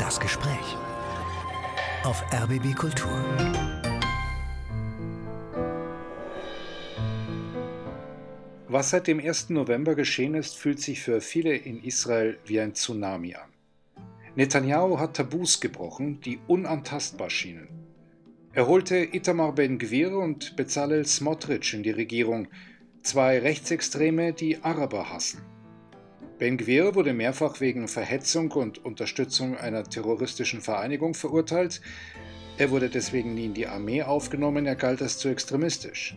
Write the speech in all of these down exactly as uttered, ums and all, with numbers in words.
Das Gespräch auf R B B Kultur. Was seit dem ersten November geschehen ist, fühlt sich für viele in Israel wie ein Tsunami an. Netanyahu hat Tabus gebrochen, die unantastbar schienen. Er holte Itamar Ben-Gvir und Bezalel Smotrich in die Regierung, zwei Rechtsextreme, die Araber hassen. Ben-Gvir wurde mehrfach wegen Verhetzung und Unterstützung einer terroristischen Vereinigung verurteilt. Er wurde deswegen nie in die Armee aufgenommen, er galt als zu extremistisch.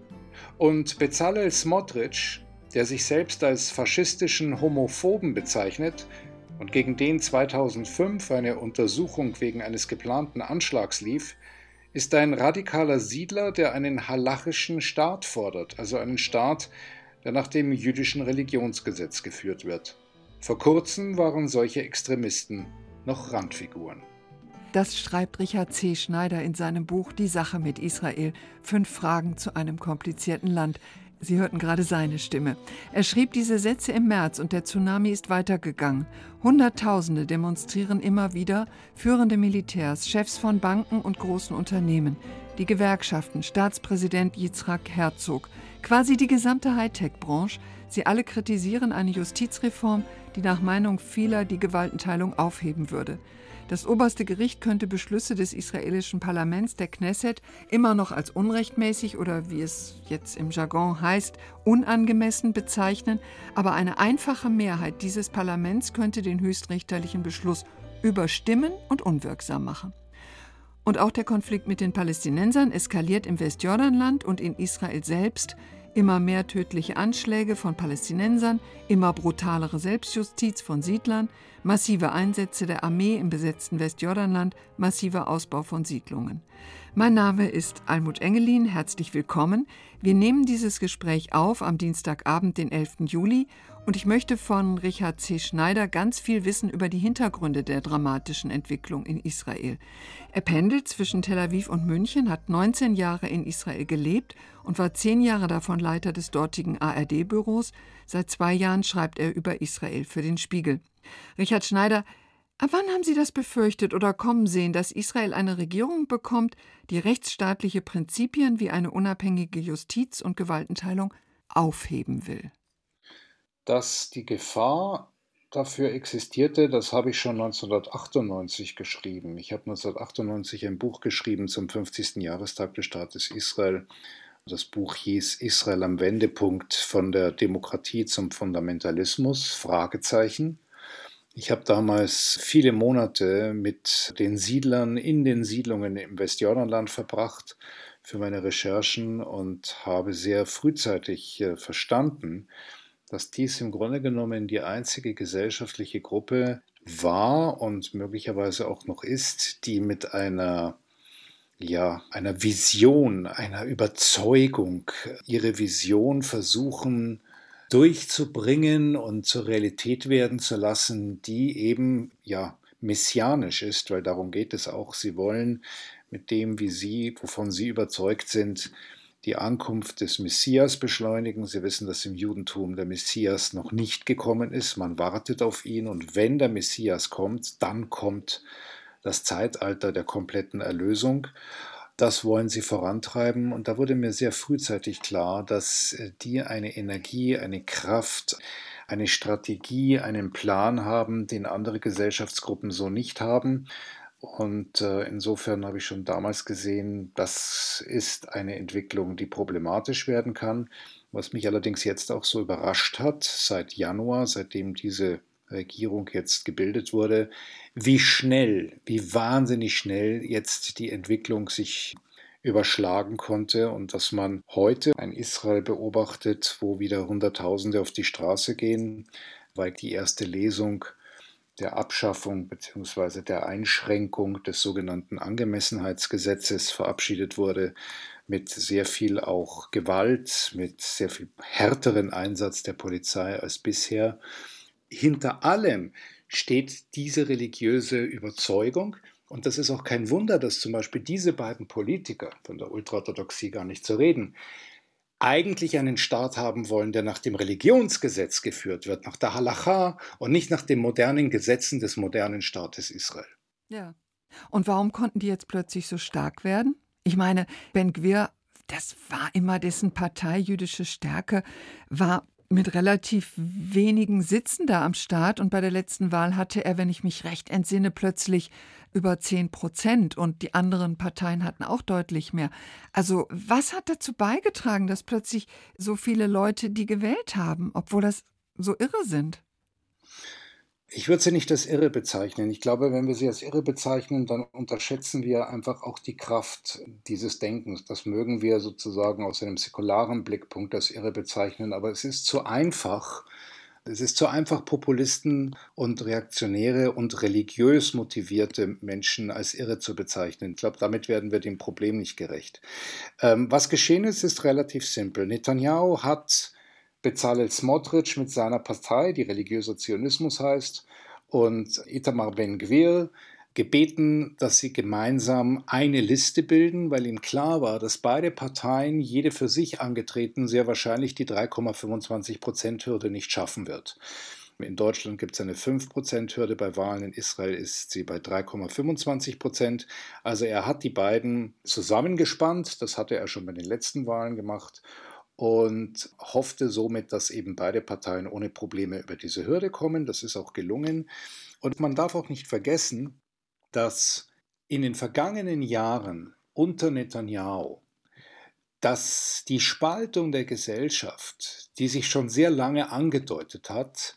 Und Bezalel Smotrich, der sich selbst als faschistischen Homophoben bezeichnet und gegen den zweitausendfünf eine Untersuchung wegen eines geplanten Anschlags lief, ist ein radikaler Siedler, der einen halachischen Staat fordert, also einen Staat, der nach dem jüdischen Religionsgesetz geführt wird. Vor kurzem waren solche Extremisten noch Randfiguren. Das schreibt Richard C. Schneider in seinem Buch Die Sache mit Israel. Fünf Fragen zu einem komplizierten Land. Sie hörten gerade seine Stimme. Er schrieb diese Sätze im März und der Tsunami ist weitergegangen. Hunderttausende demonstrieren immer wieder, führende Militärs, Chefs von Banken und großen Unternehmen, die Gewerkschaften, Staatspräsident Yitzhak Herzog, quasi die gesamte Hightech-Branche. Sie alle kritisieren eine Justizreform, die nach Meinung vieler die Gewaltenteilung aufheben würde. Das oberste Gericht könnte Beschlüsse des israelischen Parlaments, der Knesset, immer noch als unrechtmäßig oder, wie es jetzt im Jargon heißt, unangemessen bezeichnen, aber eine einfache Mehrheit dieses Parlaments könnte den höchstrichterlichen Beschluss überstimmen und unwirksam machen. Und auch der Konflikt mit den Palästinensern eskaliert im Westjordanland und in Israel selbst. Immer mehr tödliche Anschläge von Palästinensern, immer brutalere Selbstjustiz von Siedlern, massive Einsätze der Armee im besetzten Westjordanland, massiver Ausbau von Siedlungen. Mein Name ist Almut Engelin, herzlich willkommen. Wir nehmen dieses Gespräch auf am Dienstagabend, den elften Juli, und ich möchte von Richard C. Schneider ganz viel wissen über die Hintergründe der dramatischen Entwicklung in Israel. Er pendelt zwischen Tel Aviv und München, hat neunzehn Jahre in Israel gelebt und war zehn Jahre davon Leiter des dortigen A R D-Büros. Seit zwei Jahren schreibt er über Israel für den Spiegel. Richard Schneider, ab wann haben Sie das befürchtet oder kommen sehen, dass Israel eine Regierung bekommt, die rechtsstaatliche Prinzipien wie eine unabhängige Justiz und Gewaltenteilung aufheben will? Dass die Gefahr dafür existierte, das habe ich schon neunzehnhundertachtundneunzig geschrieben. Ich habe neunzehnhundertachtundneunzig ein Buch geschrieben zum fünfzigsten Jahrestag des Staates Israel. Das Buch hieß Israel am Wendepunkt, von der Demokratie zum Fundamentalismus, Fragezeichen. Ich habe damals viele Monate mit den Siedlern in den Siedlungen im Westjordanland verbracht für meine Recherchen und habe sehr frühzeitig äh, verstanden, dass dies im Grunde genommen die einzige gesellschaftliche Gruppe war und möglicherweise auch noch ist, die mit einer, ja, einer Vision, einer Überzeugung, ihre Vision versuchen durchzubringen und zur Realität werden zu lassen, die eben, ja, messianisch ist, weil darum geht es auch. Sie wollen mit dem, wie sie, wovon sie überzeugt sind, die Ankunft des Messias beschleunigen. Sie wissen, dass im Judentum der Messias noch nicht gekommen ist. Man wartet auf ihn und wenn der Messias kommt, dann kommt das Zeitalter der kompletten Erlösung. Das wollen sie vorantreiben und da wurde mir sehr frühzeitig klar, dass die eine Energie, eine Kraft, eine Strategie, einen Plan haben, den andere Gesellschaftsgruppen so nicht haben. Und äh, insofern habe ich schon damals gesehen, das ist eine Entwicklung, die problematisch werden kann. Was mich allerdings jetzt auch so überrascht hat, seit Januar, seitdem diese Regierung jetzt gebildet wurde, wie schnell, wie wahnsinnig schnell jetzt die Entwicklung sich überschlagen konnte und dass man heute ein Israel beobachtet, wo wieder Hunderttausende auf die Straße gehen, weil die erste Lesung der Abschaffung bzw. der Einschränkung des sogenannten Angemessenheitsgesetzes verabschiedet wurde, mit sehr viel auch Gewalt, mit sehr viel härteren Einsatz der Polizei als bisher. Hinter allem steht diese religiöse Überzeugung. Und das ist auch kein Wunder, dass zum Beispiel diese beiden Politiker, von der Ultraorthodoxie gar nicht zu reden, eigentlich einen Staat haben wollen, der nach dem Religionsgesetz geführt wird, nach der Halacha und nicht nach den modernen Gesetzen des modernen Staates Israel. Ja. Und warum konnten die jetzt plötzlich so stark werden? Ich meine, Ben Gvir, das war immer dessen Partei, Jüdische Stärke, war mit relativ wenigen Sitzen da am Start. Und bei der letzten Wahl hatte er, wenn ich mich recht entsinne, plötzlich über zehn Prozent. Und die anderen Parteien hatten auch deutlich mehr. Also was hat dazu beigetragen, dass plötzlich so viele Leute die gewählt haben, obwohl das so irre sind? Ich würde sie nicht als irre bezeichnen. Ich glaube, wenn wir sie als irre bezeichnen, dann unterschätzen wir einfach auch die Kraft dieses Denkens. Das mögen wir sozusagen aus einem säkularen Blickpunkt als irre bezeichnen, aber es ist zu einfach. Es ist zu einfach, Populisten und Reaktionäre und religiös motivierte Menschen als irre zu bezeichnen. Ich glaube, damit werden wir dem Problem nicht gerecht. Ähm, was geschehen ist, ist relativ simpel. Netanyahu hat Bezalel Smotrich mit seiner Partei, die religiöser Zionismus heißt, und Itamar Ben-Gvir gebeten, dass sie gemeinsam eine Liste bilden, weil ihm klar war, dass beide Parteien, jede für sich angetreten, sehr wahrscheinlich die drei Komma fünfundzwanzig Prozent Hürde nicht schaffen wird. In Deutschland gibt es eine fünf Prozent Hürde, bei Wahlen in Israel ist sie bei drei Komma fünfundzwanzig Prozent. Also er hat die beiden zusammengespannt, das hatte er schon bei den letzten Wahlen gemacht, und hoffte somit, dass eben beide Parteien ohne Probleme über diese Hürde kommen. Das ist auch gelungen. Und man darf auch nicht vergessen, dass in den vergangenen Jahren unter Netanyahu, dass die Spaltung der Gesellschaft, die sich schon sehr lange angedeutet hat,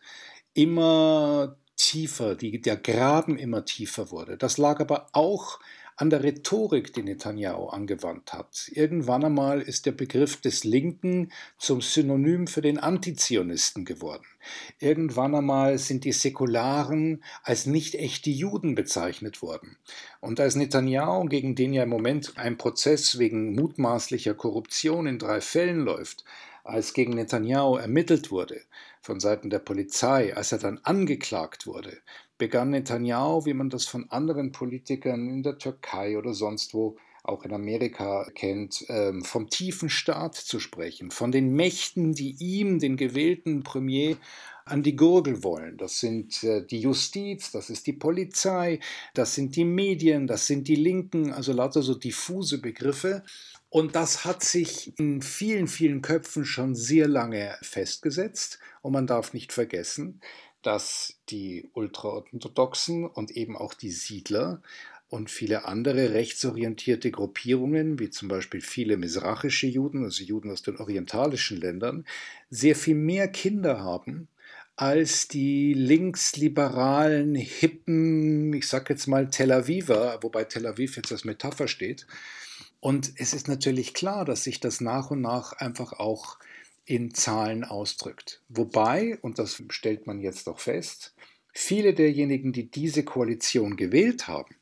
immer tiefer, die, der Graben immer tiefer wurde. Das lag aber auch an der Rhetorik, die Netanyahu angewandt hat. Irgendwann einmal ist der Begriff des Linken zum Synonym für den Antizionisten geworden. Irgendwann einmal sind die Säkularen als nicht echte Juden bezeichnet worden. Und als Netanyahu, gegen den ja im Moment ein Prozess wegen mutmaßlicher Korruption in drei Fällen läuft, als gegen Netanyahu ermittelt wurde von Seiten der Polizei, als er dann angeklagt wurde, begann Netanyahu, wie man das von anderen Politikern in der Türkei oder sonst wo, auch in Amerika kennt, vom tiefen Staat zu sprechen, von den Mächten, die ihm, den gewählten Premier, an die Gurgel wollen. Das sind die Justiz, das ist die Polizei, das sind die Medien, das sind die Linken, also lauter so diffuse Begriffe. Und das hat sich in vielen, vielen Köpfen schon sehr lange festgesetzt. Und man darf nicht vergessen, dass die Ultraorthodoxen und eben auch die Siedler und viele andere rechtsorientierte Gruppierungen, wie zum Beispiel viele misrachische Juden, also Juden aus den orientalischen Ländern, sehr viel mehr Kinder haben als die linksliberalen, hippen, ich sag jetzt mal Tel Aviver, wobei Tel Aviv jetzt als Metapher steht. Und es ist natürlich klar, dass sich das nach und nach einfach auch in Zahlen ausdrückt. Wobei, und das stellt man jetzt auch fest, viele derjenigen, die diese Koalition gewählt haben,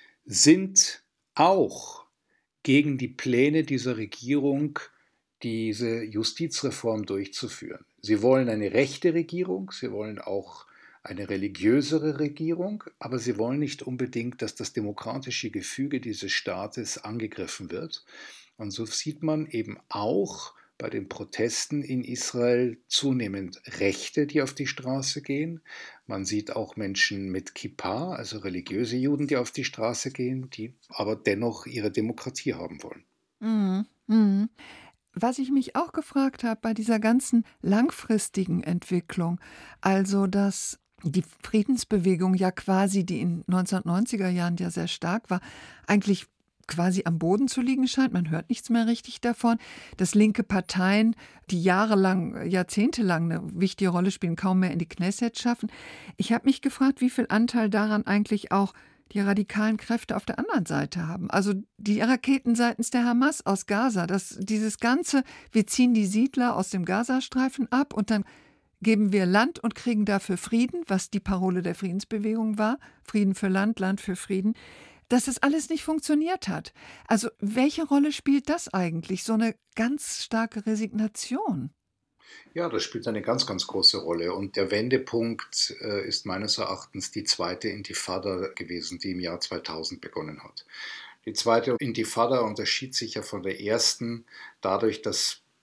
sind auch gegen die Pläne dieser Regierung, diese Justizreform durchzuführen. Sie wollen eine rechte Regierung, sie wollen auch eine religiösere Regierung, aber sie wollen nicht unbedingt, dass das demokratische Gefüge dieses Staates angegriffen wird. Und so sieht man eben auch bei den Protesten in Israel zunehmend Rechte, die auf die Straße gehen. Man sieht auch Menschen mit Kippa, also religiöse Juden, die auf die Straße gehen, die aber dennoch ihre Demokratie haben wollen. Mhm. Mhm. Was ich mich auch gefragt habe bei dieser ganzen langfristigen Entwicklung, also dass die Friedensbewegung ja quasi, die in neunzehnhundertneunziger Jahren ja sehr stark war, eigentlich quasi am Boden zu liegen scheint. Man hört nichts mehr richtig davon. Dass linke Parteien, die jahrelang, jahrzehntelang eine wichtige Rolle spielen, kaum mehr in die Knesset schaffen. Ich habe mich gefragt, wie viel Anteil daran eigentlich auch die radikalen Kräfte auf der anderen Seite haben. Also die Raketen seitens der Hamas aus Gaza, das, dieses Ganze, wir ziehen die Siedler aus dem Gazastreifen ab und dann geben wir Land und kriegen dafür Frieden, was die Parole der Friedensbewegung war, Frieden für Land, Land für Frieden, dass es alles nicht funktioniert hat. Also welche Rolle spielt das eigentlich, so eine ganz starke Resignation? Ja, das spielt eine ganz, ganz große Rolle. Und der Wendepunkt äh, ist meines Erachtens die zweite Intifada gewesen, die im Jahr zweitausend begonnen hat. Die zweite Intifada unterschied sich ja von der ersten dadurch, dass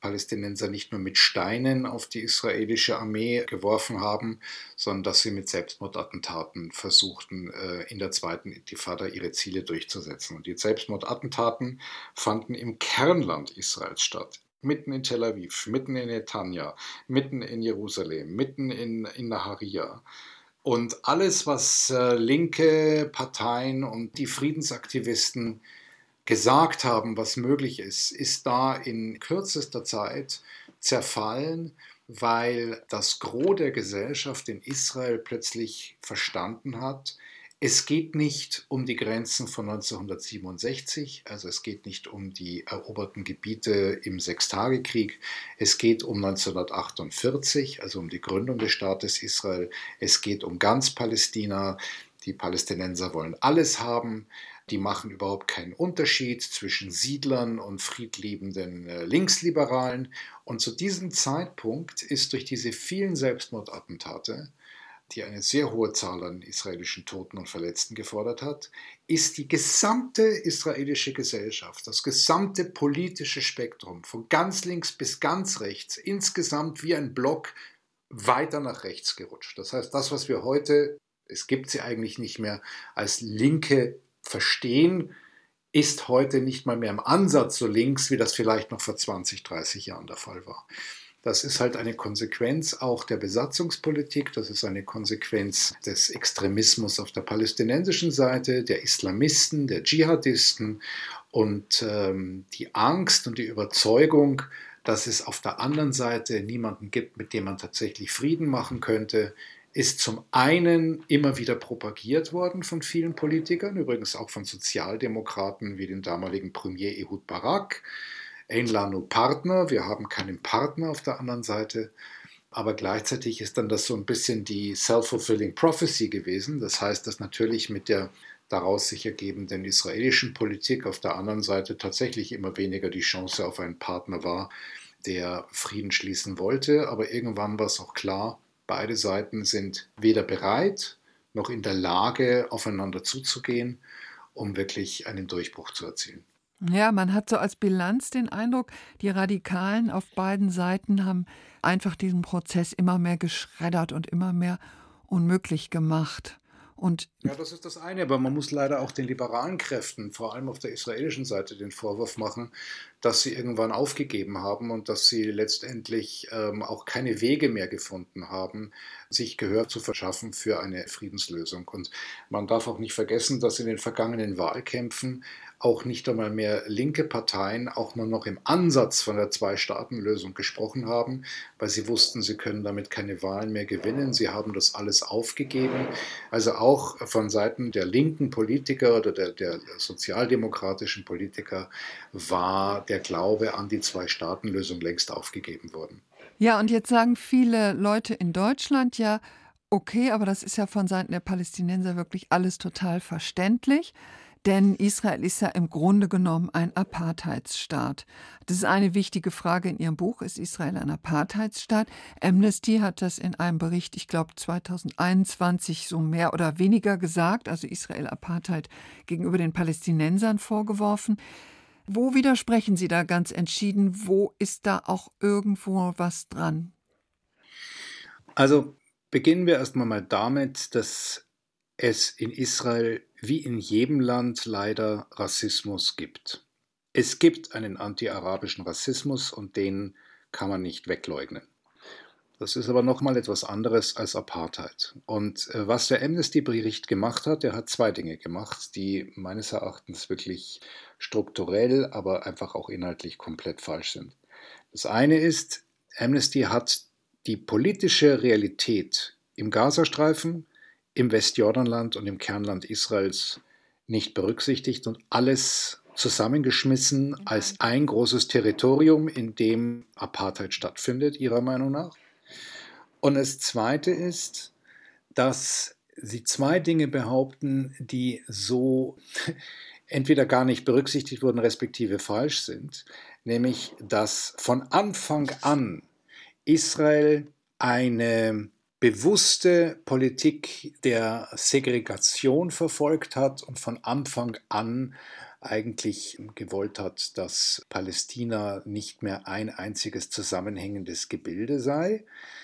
Palästinenser nicht nur mit Steinen auf die israelische Armee geworfen haben, sondern dass sie mit Selbstmordattentaten versuchten, in der zweiten Intifada ihre Ziele durchzusetzen. Und die Selbstmordattentaten fanden im Kernland Israels statt. Mitten in Tel Aviv, mitten in Netanya, mitten in Jerusalem, mitten in, in Naharia. Und alles, was äh, linke Parteien und die Friedensaktivisten gesagt haben, was möglich ist, ist da in kürzester Zeit zerfallen, weil das Gros der Gesellschaft in Israel plötzlich verstanden hat, es geht nicht um die Grenzen von neunzehnhundertsiebenundsechzig, also es geht nicht um die eroberten Gebiete im Sechstagekrieg, es geht um neunzehnhundertachtundvierzig, also um die Gründung des Staates Israel, es geht um ganz Palästina, die Palästinenser wollen alles haben, die machen überhaupt keinen Unterschied zwischen Siedlern und friedliebenden äh, Linksliberalen. Und zu diesem Zeitpunkt ist durch diese vielen Selbstmordattentate, die eine sehr hohe Zahl an israelischen Toten und Verletzten gefordert hat, ist die gesamte israelische Gesellschaft, das gesamte politische Spektrum, von ganz links bis ganz rechts, insgesamt wie ein Block weiter nach rechts gerutscht. Das heißt, das, was wir heute, es gibt sie eigentlich nicht mehr, als Linke verstehen, ist heute nicht mal mehr im Ansatz so links, wie das vielleicht noch vor zwanzig, dreißig Jahren der Fall war. Das ist halt eine Konsequenz auch der Besatzungspolitik, das ist eine Konsequenz des Extremismus auf der palästinensischen Seite, der Islamisten, der Dschihadisten und ähm, die Angst und die Überzeugung, dass es auf der anderen Seite niemanden gibt, mit dem man tatsächlich Frieden machen könnte, ist zum einen immer wieder propagiert worden von vielen Politikern, übrigens auch von Sozialdemokraten wie dem damaligen Premier Ehud Barak. Ein Lanu Partner, wir haben keinen Partner auf der anderen Seite, aber gleichzeitig ist dann das so ein bisschen die self-fulfilling prophecy gewesen. Das heißt, dass natürlich mit der daraus sich ergebenden israelischen Politik auf der anderen Seite tatsächlich immer weniger die Chance auf einen Partner war, der Frieden schließen wollte. Aber irgendwann war es auch klar, beide Seiten sind weder bereit noch in der Lage, aufeinander zuzugehen, um wirklich einen Durchbruch zu erzielen. Ja, man hat so als Bilanz den Eindruck, die Radikalen auf beiden Seiten haben einfach diesen Prozess immer mehr geschreddert und immer mehr unmöglich gemacht. Und ja, das ist das eine, aber man muss leider auch den liberalen Kräften, vor allem auf der israelischen Seite, den Vorwurf machen, dass sie irgendwann aufgegeben haben und dass sie letztendlich ähm, auch keine Wege mehr gefunden haben, sich Gehör zu verschaffen für eine Friedenslösung. Und man darf auch nicht vergessen, dass in den vergangenen Wahlkämpfen auch nicht einmal mehr linke Parteien auch nur noch im Ansatz von der Zwei-Staaten-Lösung gesprochen haben, weil sie wussten, sie können damit keine Wahlen mehr gewinnen. Sie haben das alles aufgegeben. Also auch von Seiten der linken Politiker oder der, der sozialdemokratischen Politiker war der Glaube an die Zwei-Staaten-Lösung längst aufgegeben worden. ja, und jetzt sagen viele Leute in Deutschland ja, okay, aber das ist ja von Seiten der Palästinenser wirklich alles total verständlich. Denn Israel ist ja im Grunde genommen ein Apartheidsstaat. Das ist eine wichtige Frage in Ihrem Buch. Ist Israel ein Apartheidsstaat? Amnesty hat das in einem Bericht, ich glaube zweitausendeinundzwanzig, so mehr oder weniger gesagt, also Israel Apartheid gegenüber den Palästinensern vorgeworfen. Wo widersprechen Sie da ganz entschieden? Wo ist da auch irgendwo was dran? Also beginnen wir erstmal mal damit, dass es in Israel wie in jedem Land leider Rassismus gibt. Es gibt einen anti-arabischen Rassismus und den kann man nicht wegleugnen. Das ist aber nochmal etwas anderes als Apartheid. Und äh, was der Amnesty-Bericht gemacht hat, der hat zwei Dinge gemacht, die meines Erachtens wirklich strukturell, aber einfach auch inhaltlich komplett falsch sind. Das eine ist, Amnesty hat die politische Realität im Gazastreifen, im Westjordanland und im Kernland Israels nicht berücksichtigt und alles zusammengeschmissen als ein großes Territorium, in dem Apartheid stattfindet, ihrer Meinung nach. Und das Zweite ist, dass sie zwei Dinge behaupten, die so entweder gar nicht berücksichtigt wurden, respektive falsch sind, nämlich, dass von Anfang an Israel eine bewusste Politik der Segregation verfolgt hat und von Anfang an eigentlich gewollt hat, dass Palästina nicht mehr ein einziges zusammenhängendes Gebilde sei.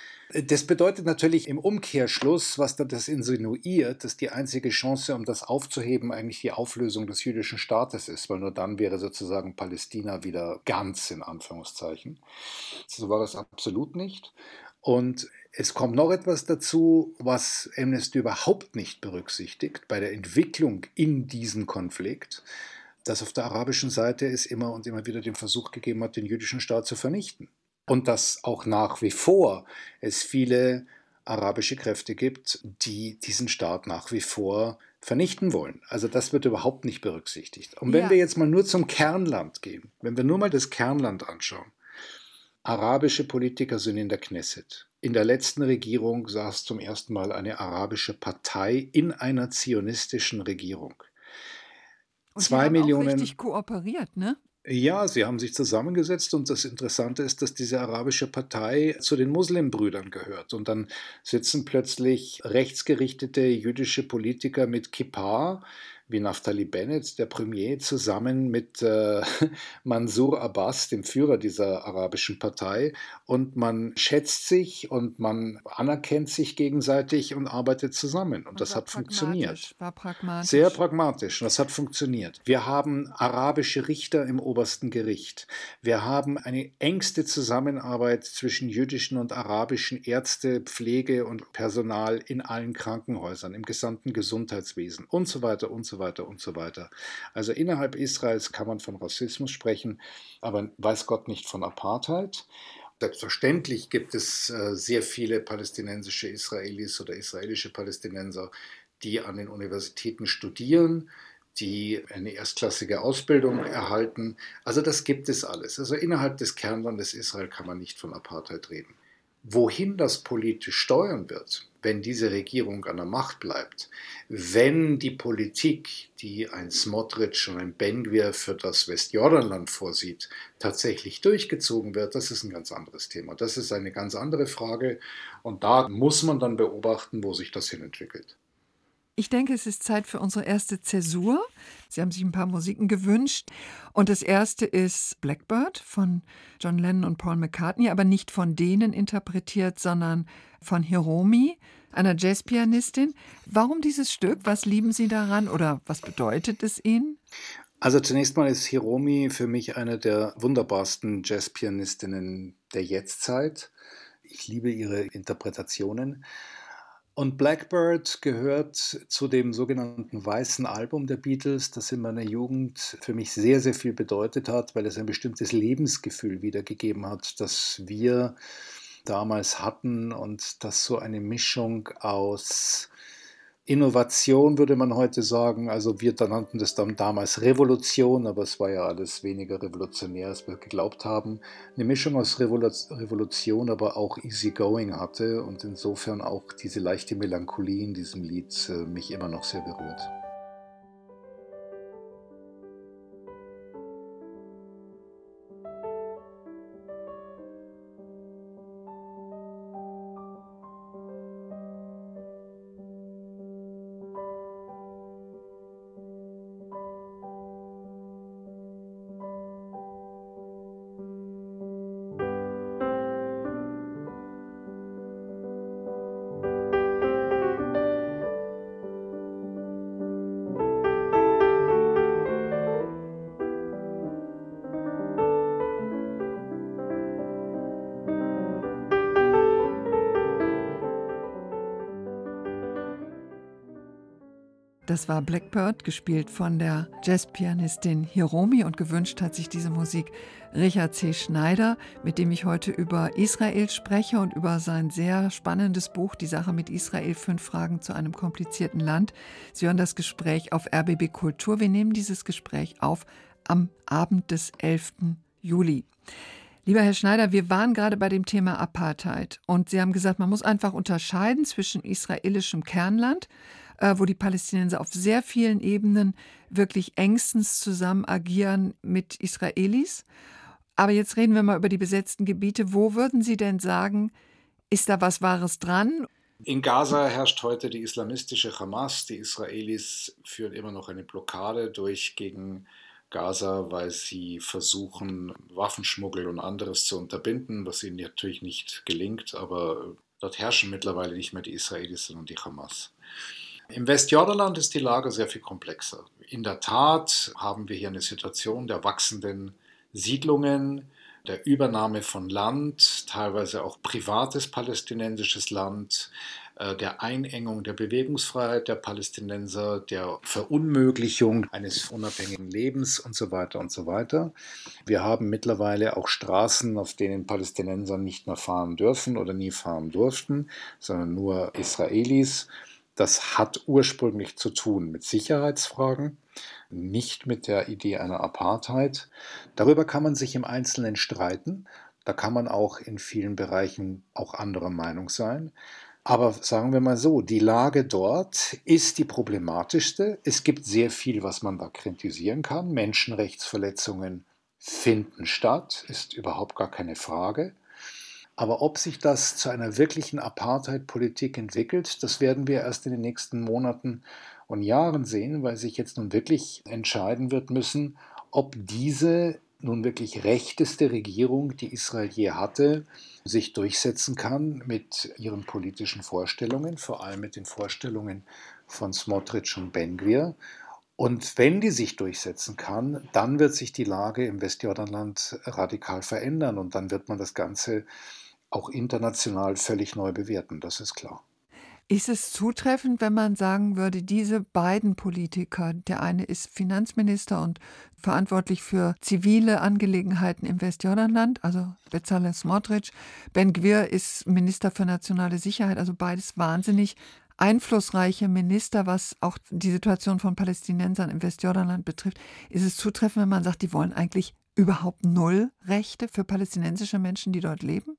Das bedeutet natürlich im Umkehrschluss, was da das insinuiert, dass die einzige Chance, um das aufzuheben, eigentlich die Auflösung des jüdischen Staates ist, weil nur dann wäre sozusagen Palästina wieder ganz in Anführungszeichen. So war das absolut nicht. Und es kommt noch etwas dazu, was Amnesty überhaupt nicht berücksichtigt bei der Entwicklung in diesem Konflikt, dass auf der arabischen Seite es immer und immer wieder den Versuch gegeben hat, den jüdischen Staat zu vernichten. Und dass auch nach wie vor es viele arabische Kräfte gibt, die diesen Staat nach wie vor vernichten wollen. Also das wird überhaupt nicht berücksichtigt. Und wenn Ja. wir jetzt mal nur zum Kernland gehen, wenn wir nur mal das Kernland anschauen, arabische Politiker sind in der Knesset. In der letzten Regierung saß zum ersten Mal eine arabische Partei in einer zionistischen Regierung. Und die Zwei haben auch Millionen. richtig kooperiert, ne? Ja, sie haben sich zusammengesetzt und das Interessante ist, dass diese arabische Partei zu den Muslimbrüdern gehört. Und dann sitzen plötzlich rechtsgerichtete jüdische Politiker mit Kippa, wie Naftali Bennett, der Premier, zusammen mit äh, Mansour Abbas, dem Führer dieser arabischen Partei. Und man schätzt sich und man anerkennt sich gegenseitig und arbeitet zusammen. Und, Und das war hat funktioniert. pragmatisch, war pragmatisch. Sehr pragmatisch und das hat funktioniert. Wir haben arabische Richter im obersten Gericht. Wir haben eine engste Zusammenarbeit zwischen jüdischen und arabischen Ärzte, Pflege und Personal in allen Krankenhäusern, im gesamten Gesundheitswesen und so weiter und so weiter und so weiter. Also innerhalb Israels kann man von Rassismus sprechen, aber weiß Gott nicht von Apartheid. Selbstverständlich gibt es äh, sehr viele palästinensische Israelis oder israelische Palästinenser, die an den Universitäten studieren, die eine erstklassige Ausbildung erhalten. Also das gibt es alles. Also innerhalb des Kernlandes Israel kann man nicht von Apartheid reden. Wohin das politisch steuern wird, wenn diese Regierung an der Macht bleibt, wenn die Politik, die ein Smotrich und ein Ben-Gvir für das Westjordanland vorsieht, tatsächlich durchgezogen wird, das ist ein ganz anderes Thema. Das ist eine ganz andere Frage und da muss man dann beobachten, wo sich das hin entwickelt. Ich denke, es ist Zeit für unsere erste Zäsur. Sie haben sich ein paar Musiken gewünscht. Und das erste ist Blackbird von John Lennon und Paul McCartney, aber nicht von denen interpretiert, sondern von Hiromi, einer Jazzpianistin. Warum dieses Stück? Was lieben Sie daran oder was bedeutet es Ihnen? Also zunächst mal ist Hiromi für mich eine der wunderbarsten Jazzpianistinnen der Jetztzeit. Ich liebe ihre Interpretationen. Und Blackbird gehört zu dem sogenannten Weißen Album der Beatles, das in meiner Jugend für mich sehr, sehr viel bedeutet hat, weil es ein bestimmtes Lebensgefühl wiedergegeben hat, das wir damals hatten und das so eine Mischung aus Innovation, würde man heute sagen, also wir nannten das dann damals Revolution, aber es war ja alles weniger revolutionär, als wir geglaubt haben. Eine Mischung aus Revolution, aber auch Easygoing hatte und insofern auch diese leichte Melancholie in diesem Lied mich immer noch sehr berührt. Das war Blackbird, gespielt von der Jazzpianistin Hiromi, und gewünscht hat sich diese Musik Richard C. Schneider, mit dem ich heute über Israel spreche und über sein sehr spannendes Buch Die Sache mit Israel, fünf Fragen zu einem komplizierten Land. Sie hören das Gespräch auf R B B Kultur. Wir nehmen dieses Gespräch auf am Abend des elften Juli. Lieber Herr Schneider, wir waren gerade bei dem Thema Apartheid und Sie haben gesagt, man muss einfach unterscheiden zwischen israelischem Kernland, wo die Palästinenser auf sehr vielen Ebenen wirklich engstens zusammen agieren mit Israelis. Aber jetzt reden wir mal über die besetzten Gebiete. Wo würden Sie denn sagen, ist da was Wahres dran? In Gaza herrscht heute die islamistische Hamas. Die Israelis führen immer noch eine Blockade durch gegen Gaza, weil sie versuchen, Waffenschmuggel und anderes zu unterbinden, was ihnen natürlich nicht gelingt, aber dort herrschen mittlerweile nicht mehr die Israelis, sondern die Hamas. Im Westjordanland ist die Lage sehr viel komplexer. In der Tat haben wir hier eine Situation der wachsenden Siedlungen, der Übernahme von Land, teilweise auch privates palästinensisches Land, der Einengung der Bewegungsfreiheit der Palästinenser, der Verunmöglichung eines unabhängigen Lebens und so weiter und so weiter. Wir haben mittlerweile auch Straßen, auf denen Palästinenser nicht mehr fahren dürfen oder nie fahren durften, sondern nur Israelis. Das hat ursprünglich zu tun mit Sicherheitsfragen, nicht mit der Idee einer Apartheid. Darüber kann man sich im Einzelnen streiten. Da kann man auch in vielen Bereichen auch anderer Meinung sein. Aber sagen wir mal so, die Lage dort ist die problematischste. Es gibt sehr viel, was man da kritisieren kann. Menschenrechtsverletzungen finden statt, ist überhaupt gar keine Frage. Aber ob sich das zu einer wirklichen Apartheid-Politik entwickelt, das werden wir erst in den nächsten Monaten und Jahren sehen, weil sich jetzt nun wirklich entscheiden wird müssen, ob diese nun wirklich rechteste Regierung, die Israel je hatte, sich durchsetzen kann mit ihren politischen Vorstellungen, vor allem mit den Vorstellungen von Smotrich und Ben Gvir. Und wenn die sich durchsetzen kann, dann wird sich die Lage im Westjordanland radikal verändern und dann wird man das Ganze auch international völlig neu bewerten, das ist klar. Ist es zutreffend, wenn man sagen würde, diese beiden Politiker, der eine ist Finanzminister und verantwortlich für zivile Angelegenheiten im Westjordanland, also Bezalel Smotrich, Ben Gvir ist Minister für nationale Sicherheit, also beides wahnsinnig einflussreiche Minister, was auch die Situation von Palästinensern im Westjordanland betrifft. Ist es zutreffend, wenn man sagt, die wollen eigentlich überhaupt null Rechte für palästinensische Menschen, die dort leben?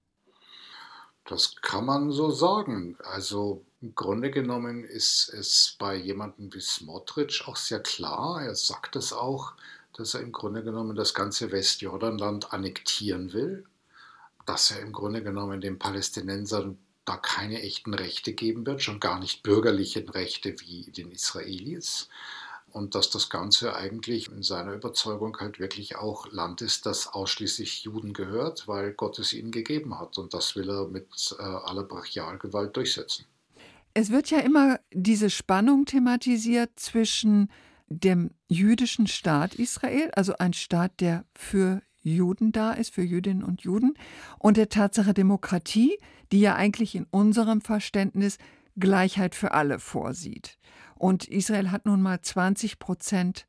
Das kann man so sagen. Also im Grunde genommen ist es bei jemandem wie Smotrich auch sehr klar, er sagt es auch, dass er im Grunde genommen das ganze Westjordanland annektieren will, dass er im Grunde genommen den Palästinensern da keine echten Rechte geben wird, schon gar nicht bürgerliche Rechte wie den Israelis. Und dass das Ganze eigentlich in seiner Überzeugung halt wirklich auch Land ist, das ausschließlich Juden gehört, weil Gott es ihnen gegeben hat. Und das will er mit äh, aller Brachialgewalt durchsetzen. Es wird ja immer diese Spannung thematisiert zwischen dem jüdischen Staat Israel, also ein Staat, der für Juden da ist, für Jüdinnen und Juden, und der Tatsache Demokratie, die ja eigentlich in unserem Verständnis Gleichheit für alle vorsieht. Und Israel hat nun mal zwanzig Prozent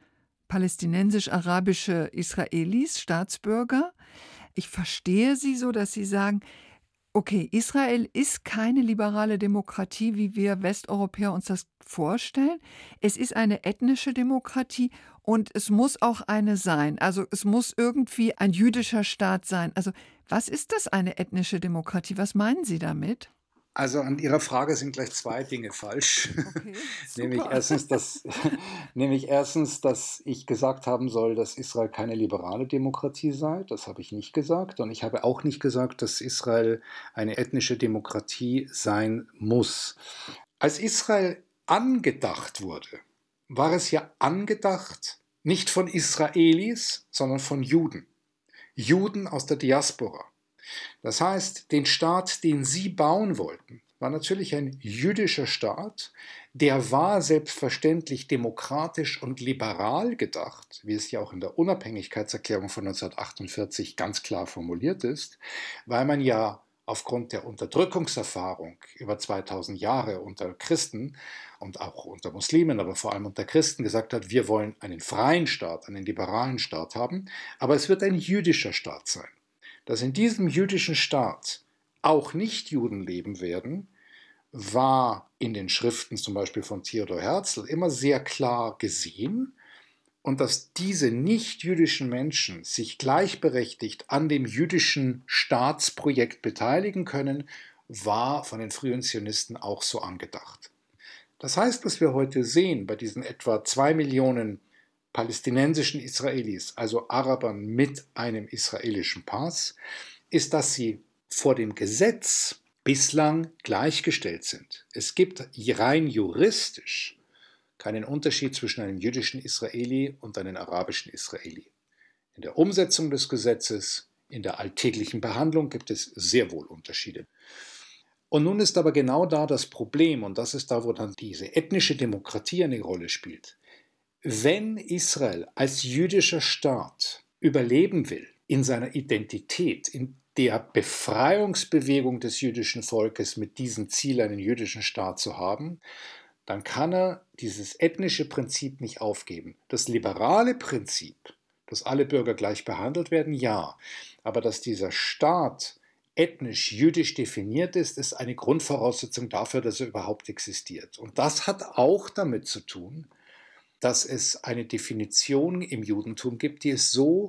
palästinensisch-arabische Israelis, Staatsbürger. Ich verstehe Sie so, dass Sie sagen, okay, Israel ist keine liberale Demokratie, wie wir Westeuropäer uns das vorstellen. Es ist eine ethnische Demokratie und es muss auch eine sein. Also es muss irgendwie ein jüdischer Staat sein. Also was ist das, eine ethnische Demokratie? Was meinen Sie damit? Also an Ihrer Frage sind gleich zwei Dinge falsch. Okay, nämlich, erstens, dass, nämlich erstens, dass ich gesagt haben soll, dass Israel keine liberale Demokratie sei. Das habe ich nicht gesagt. Und ich habe auch nicht gesagt, dass Israel eine ethnische Demokratie sein muss. Als Israel angedacht wurde, war es ja angedacht nicht von Israelis, sondern von Juden. Juden aus der Diaspora. Das heißt, den Staat, den sie bauen wollten, war natürlich ein jüdischer Staat, der war selbstverständlich demokratisch und liberal gedacht, wie es ja auch in der Unabhängigkeitserklärung von neunzehnhundertachtundvierzig ganz klar formuliert ist, weil man ja aufgrund der Unterdrückungserfahrung über zweitausend Jahre unter Christen und auch unter Muslimen, aber vor allem unter Christen gesagt hat, wir wollen einen freien Staat, einen liberalen Staat haben, aber es wird ein jüdischer Staat sein. Dass in diesem jüdischen Staat auch Nichtjuden leben werden, war in den Schriften zum Beispiel von Theodor Herzl immer sehr klar gesehen. Und dass diese nichtjüdischen Menschen sich gleichberechtigt an dem jüdischen Staatsprojekt beteiligen können, war von den frühen Zionisten auch so angedacht. Das heißt, was wir heute sehen bei diesen etwa zwei Millionen palästinensischen Israelis, also Arabern mit einem israelischen Pass, ist, dass sie vor dem Gesetz bislang gleichgestellt sind. Es gibt rein juristisch keinen Unterschied zwischen einem jüdischen Israeli und einem arabischen Israeli. In der Umsetzung des Gesetzes, in der alltäglichen Behandlung gibt es sehr wohl Unterschiede. Und nun ist aber genau da das Problem, und das ist da, wo dann diese ethnische Demokratie eine Rolle spielt. Wenn Israel als jüdischer Staat überleben will, in seiner Identität, in der Befreiungsbewegung des jüdischen Volkes mit diesem Ziel, einen jüdischen Staat zu haben, dann kann er dieses ethnische Prinzip nicht aufgeben. Das liberale Prinzip, dass alle Bürger gleich behandelt werden, ja. Aber dass dieser Staat ethnisch jüdisch definiert ist, ist eine Grundvoraussetzung dafür, dass er überhaupt existiert. Und das hat auch damit zu tun, dass es eine Definition im Judentum gibt, die es so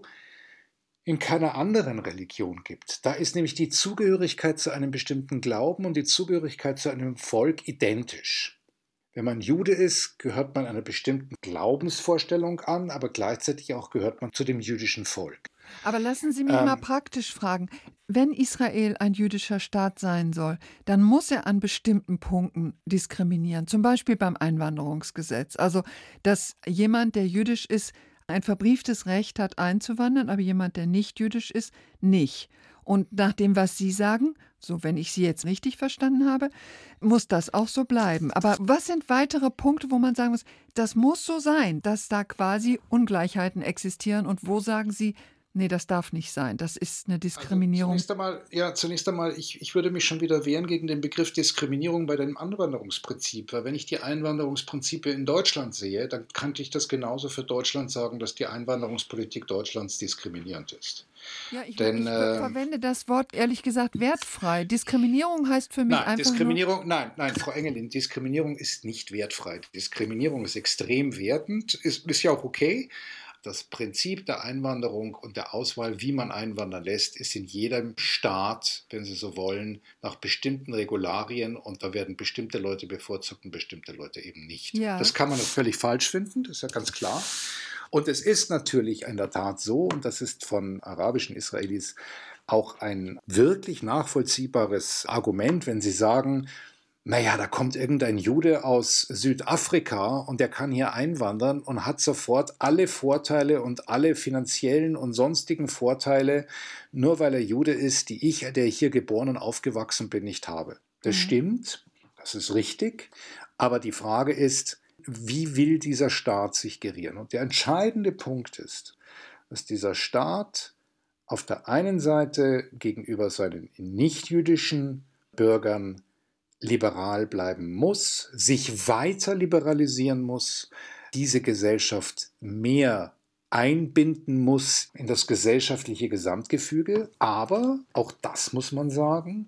in keiner anderen Religion gibt. Da ist nämlich die Zugehörigkeit zu einem bestimmten Glauben und die Zugehörigkeit zu einem Volk identisch. Wenn man Jude ist, gehört man einer bestimmten Glaubensvorstellung an, aber gleichzeitig auch gehört man zu dem jüdischen Volk. Aber lassen Sie mich Ähm, mal praktisch fragen. Wenn Israel ein jüdischer Staat sein soll, dann muss er an bestimmten Punkten diskriminieren, zum Beispiel beim Einwanderungsgesetz. Also, dass jemand, der jüdisch ist, ein verbrieftes Recht hat, einzuwandern, aber jemand, der nicht jüdisch ist, nicht. Und nach dem, was Sie sagen, so wenn ich Sie jetzt richtig verstanden habe, muss das auch so bleiben. Aber was sind weitere Punkte, wo man sagen muss, das muss so sein, dass da quasi Ungleichheiten existieren? Und wo sagen Sie, nee, das darf nicht sein, das ist eine Also Diskriminierung? zunächst einmal, ja, zunächst einmal, ich, ich würde mich schon wieder wehren gegen den Begriff Diskriminierung bei dem Einwanderungsprinzip, weil wenn ich die Einwanderungsprinzipie in Deutschland sehe, dann könnte ich das genauso für Deutschland sagen, dass die Einwanderungspolitik Deutschlands diskriminierend ist. Ja, ich, Denn ich ver- äh, verwende das Wort ehrlich gesagt wertfrei. Diskriminierung heißt für mich nein, einfach nur, Diskriminierung, nein, nein, Frau Engelin, Diskriminierung ist nicht wertfrei. Diskriminierung ist extrem wertend, ist, ist ja auch okay. Das Prinzip der Einwanderung und der Auswahl, wie man einwandern lässt, ist in jedem Staat, wenn Sie so wollen, nach bestimmten Regularien und da werden bestimmte Leute bevorzugt und bestimmte Leute eben nicht. ja, Das kann man völlig falsch finden, das ist ja ganz klar. Und es ist natürlich in der Tat so, und das ist von arabischen Israelis auch ein wirklich nachvollziehbares Argument, wenn sie sagen, naja, da kommt irgendein Jude aus Südafrika und der kann hier einwandern und hat sofort alle Vorteile und alle finanziellen und sonstigen Vorteile, nur weil er Jude ist, die ich, der ich hier geboren und aufgewachsen bin, nicht habe. Das mhm. stimmt, das ist richtig, aber die Frage ist, wie will dieser Staat sich gerieren? Und der entscheidende Punkt ist, dass dieser Staat auf der einen Seite gegenüber seinen nichtjüdischen Bürgern liberal bleiben muss, sich weiter liberalisieren muss, diese Gesellschaft mehr einbinden muss in das gesellschaftliche Gesamtgefüge. Aber, auch das muss man sagen,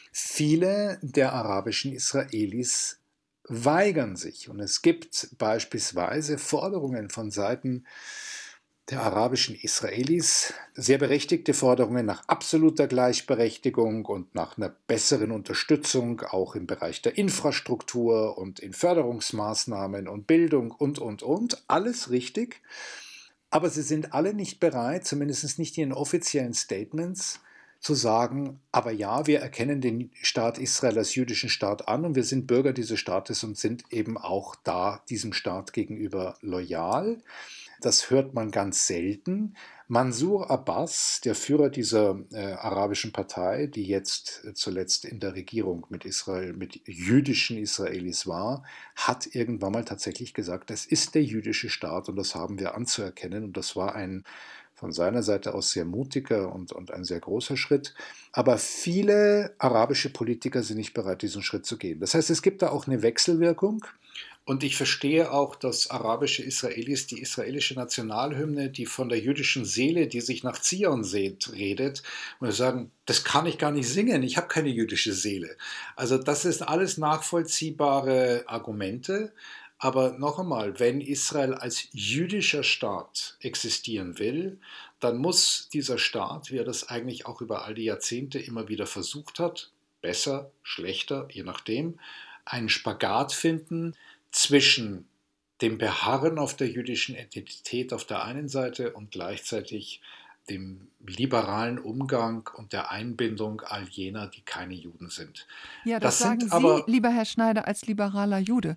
viele der arabischen Israelis weigern sich. Und es gibt beispielsweise Forderungen von Seiten der arabischen Israelis, sehr berechtigte Forderungen nach absoluter Gleichberechtigung und nach einer besseren Unterstützung, auch im Bereich der Infrastruktur und in Förderungsmaßnahmen und Bildung und, und, und. Alles richtig. Aber sie sind alle nicht bereit, zumindest nicht in offiziellen Statements, zu sagen, aber ja, wir erkennen den Staat Israel als jüdischen Staat an und wir sind Bürger dieses Staates und sind eben auch da diesem Staat gegenüber loyal. Das hört man ganz selten. Mansour Abbas, der Führer dieser äh, arabischen Partei, die jetzt äh, zuletzt in der Regierung mit Israel, mit jüdischen Israelis war, hat irgendwann mal tatsächlich gesagt, das ist der jüdische Staat und das haben wir anzuerkennen. Und das war ein von seiner Seite aus sehr mutiger und, und ein sehr großer Schritt. Aber viele arabische Politiker sind nicht bereit, diesen Schritt zu gehen. Das heißt, es gibt da auch eine Wechselwirkung. Und ich verstehe auch, dass arabische Israelis die israelische Nationalhymne, die von der jüdischen Seele, die sich nach Zion sehnt, redet, und sagen, das kann ich gar nicht singen, ich habe keine jüdische Seele. Also das ist alles nachvollziehbare Argumente. Aber noch einmal, wenn Israel als jüdischer Staat existieren will, dann muss dieser Staat, wie er das eigentlich auch über all die Jahrzehnte immer wieder versucht hat, besser, schlechter, je nachdem, einen Spagat finden zwischen dem Beharren auf der jüdischen Identität auf der einen Seite und gleichzeitig dem liberalen Umgang und der Einbindung all jener, die keine Juden sind. Ja, das Das sagen sind Sie, aber lieber Herr Schneider, als liberaler Jude.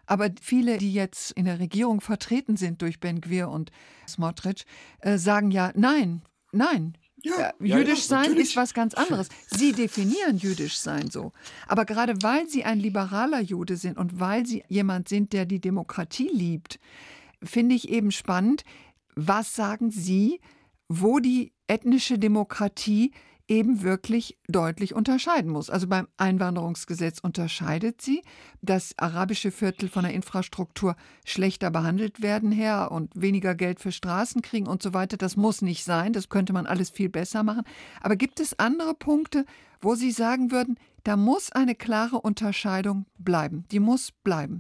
Aber viele, die jetzt in der Regierung vertreten sind durch Ben-Gvir und Smotrich, äh, sagen ja, nein, nein. Ja, Äh, ja, jüdisch ja, sein natürlich. ist was ganz anderes. Sie definieren jüdisch sein so. Aber gerade weil Sie ein liberaler Jude sind und weil Sie jemand sind, der die Demokratie liebt, finde ich eben spannend, was sagen Sie, wo die ethnische Demokratie eben wirklich deutlich unterscheiden muss. Also beim Einwanderungsgesetz unterscheidet sie, dass arabische Viertel von der Infrastruktur schlechter behandelt werden her und weniger Geld für Straßen kriegen und so weiter. Das muss nicht sein, das könnte man alles viel besser machen. Aber gibt es andere Punkte, wo Sie sagen würden, da muss eine klare Unterscheidung bleiben, die muss bleiben?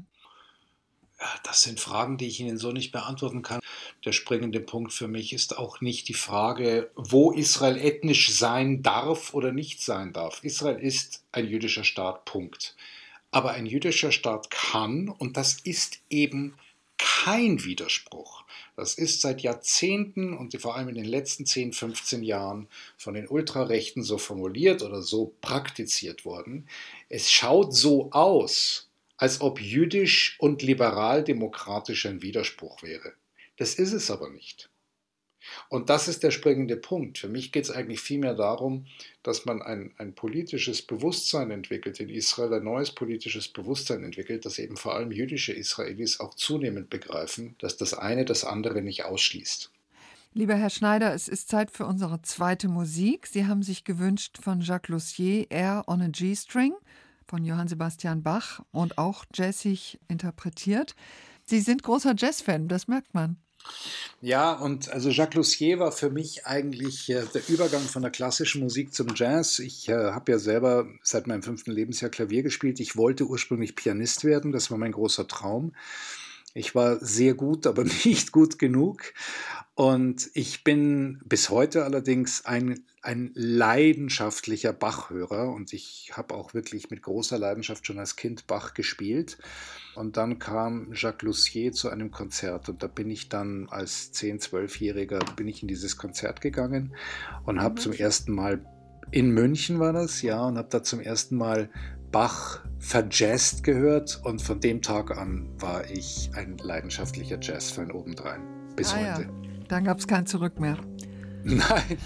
Das sind Fragen, die ich Ihnen so nicht beantworten kann. Der springende Punkt für mich ist auch nicht die Frage, wo Israel ethnisch sein darf oder nicht sein darf. Israel ist ein jüdischer Staat, Punkt. Aber ein jüdischer Staat kann, und das ist eben kein Widerspruch, das ist seit Jahrzehnten und vor allem in den letzten zehn, fünfzehn Jahren von den Ultrarechten so formuliert oder so praktiziert worden. Es schaut so aus, als ob jüdisch und liberal-demokratisch ein Widerspruch wäre. Das ist es aber nicht. Und das ist der springende Punkt. Für mich geht es eigentlich vielmehr darum, dass man ein, ein politisches Bewusstsein entwickelt in Israel, ein neues politisches Bewusstsein entwickelt, dass eben vor allem jüdische Israelis auch zunehmend begreifen, dass das eine das andere nicht ausschließt. Lieber Herr Schneider, es ist Zeit für unsere zweite Musik. Sie haben sich gewünscht von Jacques Lussier, Air on a G-String, von Johann Sebastian Bach und auch jazzig interpretiert. Sie sind großer Jazzfan, das merkt man. Ja, und also Jacques Lussier war für mich eigentlich äh, der Übergang von der klassischen Musik zum Jazz. Ich äh, habe ja selber seit meinem fünften Lebensjahr Klavier gespielt. Ich wollte ursprünglich Pianist werden, das war mein großer Traum. Ich war sehr gut, aber nicht gut genug. Und ich bin bis heute allerdings ein, ein leidenschaftlicher Bach-Hörer und ich habe auch wirklich mit großer Leidenschaft schon als Kind Bach gespielt. Und dann kam Jacques Lussier zu einem Konzert und da bin ich dann als zehn-, zwölfjähriger bin ich in dieses Konzert gegangen und habe zum ersten Mal, in München war das, ja, und habe da zum ersten Mal Bach verjazzt gehört und von dem Tag an war ich ein leidenschaftlicher Jazzfan obendrein, bis ah, heute. Ja. Dann gab es kein Zurück mehr. Nein.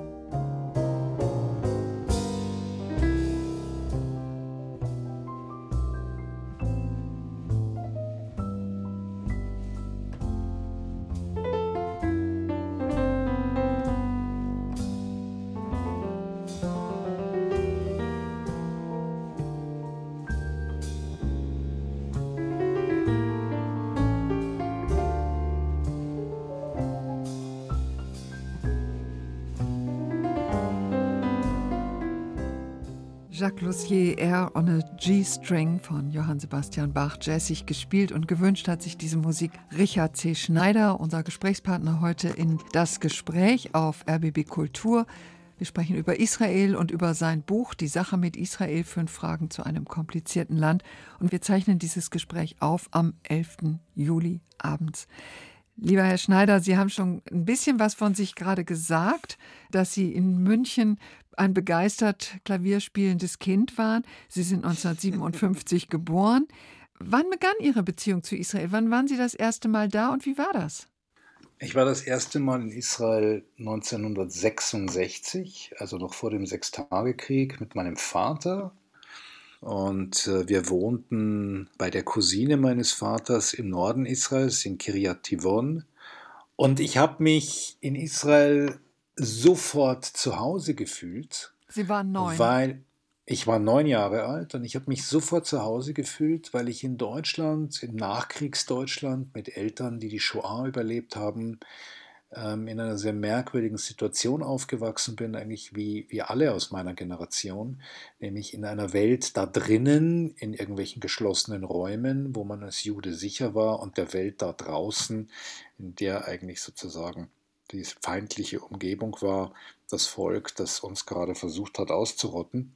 Jacques Lussier, Air on a G-String von Johann Sebastian Bach, jazzig gespielt und gewünscht hat sich diese Musik Richard C. Schneider, unser Gesprächspartner heute in Das Gespräch auf R B B Kultur. Wir sprechen über Israel und über sein Buch Die Sache mit Israel, fünf Fragen zu einem komplizierten Land. Und wir zeichnen dieses Gespräch auf am elften Juli abends. Lieber Herr Schneider, Sie haben schon ein bisschen was von sich gerade gesagt, dass Sie in München ein begeistert klavierspielendes Kind waren. Sie sind neunzehnhundertsiebenundfünfzig geboren. Wann begann Ihre Beziehung zu Israel? Wann waren Sie das erste Mal da und wie war das? Ich war das erste Mal in Israel neunzehnhundertsechsundsechzig, also noch vor dem Sechstagekrieg, mit meinem Vater. Und äh, wir wohnten bei der Cousine meines Vaters im Norden Israels, in Kiryat Tivon. Und ich habe mich in Israel sofort zu Hause gefühlt. Sie waren neun. Weil ich war neun Jahre alt und ich habe mich sofort zu Hause gefühlt, weil ich in Deutschland, im Nachkriegsdeutschland, mit Eltern, die die Shoah überlebt haben, ähm, in einer sehr merkwürdigen Situation aufgewachsen bin, eigentlich wie, wie alle aus meiner Generation, nämlich in einer Welt da drinnen, in irgendwelchen geschlossenen Räumen, wo man als Jude sicher war, und der Welt da draußen, in der eigentlich sozusagen die feindliche Umgebung war, das Volk, das uns gerade versucht hat auszurotten.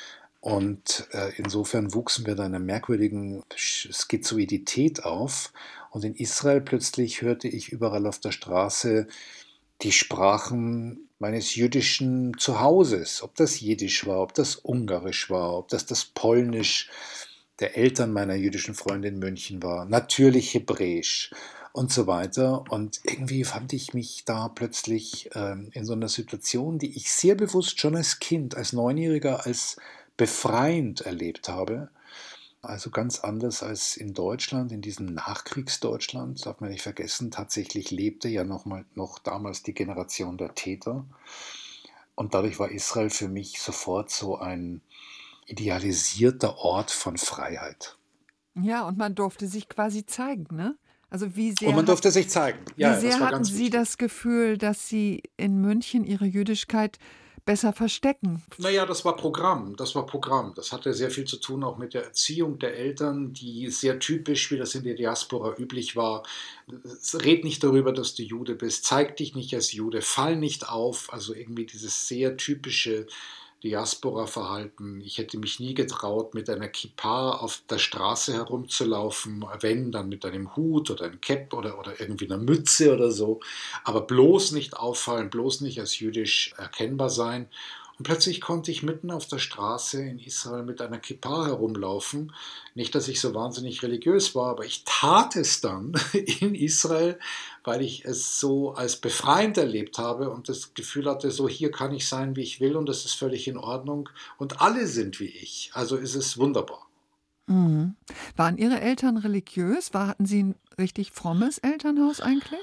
Und äh, insofern wuchsen wir da in einer merkwürdigen Schizoidität auf. Und in Israel plötzlich hörte ich überall auf der Straße die Sprachen meines jüdischen Zuhauses. Ob das Jiddisch war, ob das Ungarisch war, ob das das Polnisch der Eltern meiner jüdischen Freundin in München war. Natürlich Hebräisch und so weiter. Und irgendwie fand ich mich da plötzlich ähm, in so einer Situation, die ich sehr bewusst schon als Kind, als Neunjähriger, als befreiend erlebt habe. Also ganz anders als in Deutschland, in diesem Nachkriegsdeutschland, darf man nicht vergessen, tatsächlich lebte ja noch, mal, noch damals die Generation der Täter. Und dadurch war Israel für mich sofort so ein idealisierter Ort von Freiheit. Ja, und man durfte sich quasi zeigen, ne? Also wie sehr Und man hat, durfte sich zeigen. wie Ja, sehr das war hatten ganz Sie wichtig. das Gefühl, dass Sie in München Ihre Jüdischkeit besser verstecken? Naja, das war Programm. Das war Programm. Das hatte sehr viel zu tun auch mit der Erziehung der Eltern, die sehr typisch, wie das in der Diaspora üblich war. Red nicht darüber, dass du Jude bist. Zeig dich nicht als Jude. Fall nicht auf. Also irgendwie dieses sehr typische Diaspora-Verhalten. Ich hätte mich nie getraut, mit einer Kippa auf der Straße herumzulaufen, wenn, dann mit einem Hut oder einem Cap oder, oder irgendwie einer Mütze oder so. Aber bloß nicht auffallen, bloß nicht als jüdisch erkennbar sein. Und plötzlich konnte ich mitten auf der Straße in Israel mit einer Kippa herumlaufen. Nicht, dass ich so wahnsinnig religiös war, aber ich tat es dann in Israel, weil ich es so als befreiend erlebt habe und das Gefühl hatte, so hier kann ich sein, wie ich will und das ist völlig in Ordnung und alle sind wie ich. Also ist es wunderbar. Mhm. Waren Ihre Eltern religiös? War, hatten Sie ein richtig frommes Elternhaus eigentlich?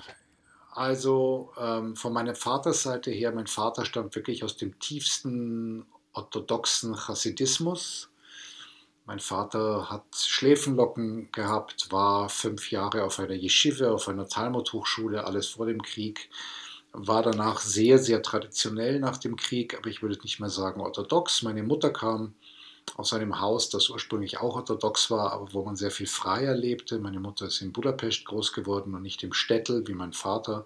Also ähm, von meiner Vaterseite her, mein Vater stammt wirklich aus dem tiefsten orthodoxen Chassidismus. Mein Vater hat Schläfenlocken gehabt, war fünf Jahre auf einer Yeshiva, auf einer Talmud-Hochschule, alles vor dem Krieg, war danach sehr, sehr traditionell nach dem Krieg, aber ich würde nicht mehr sagen orthodox. Meine Mutter kam aus einem Haus, das ursprünglich auch orthodox war, aber wo man sehr viel freier lebte. Meine Mutter ist in Budapest groß geworden und nicht im Städtel wie mein Vater.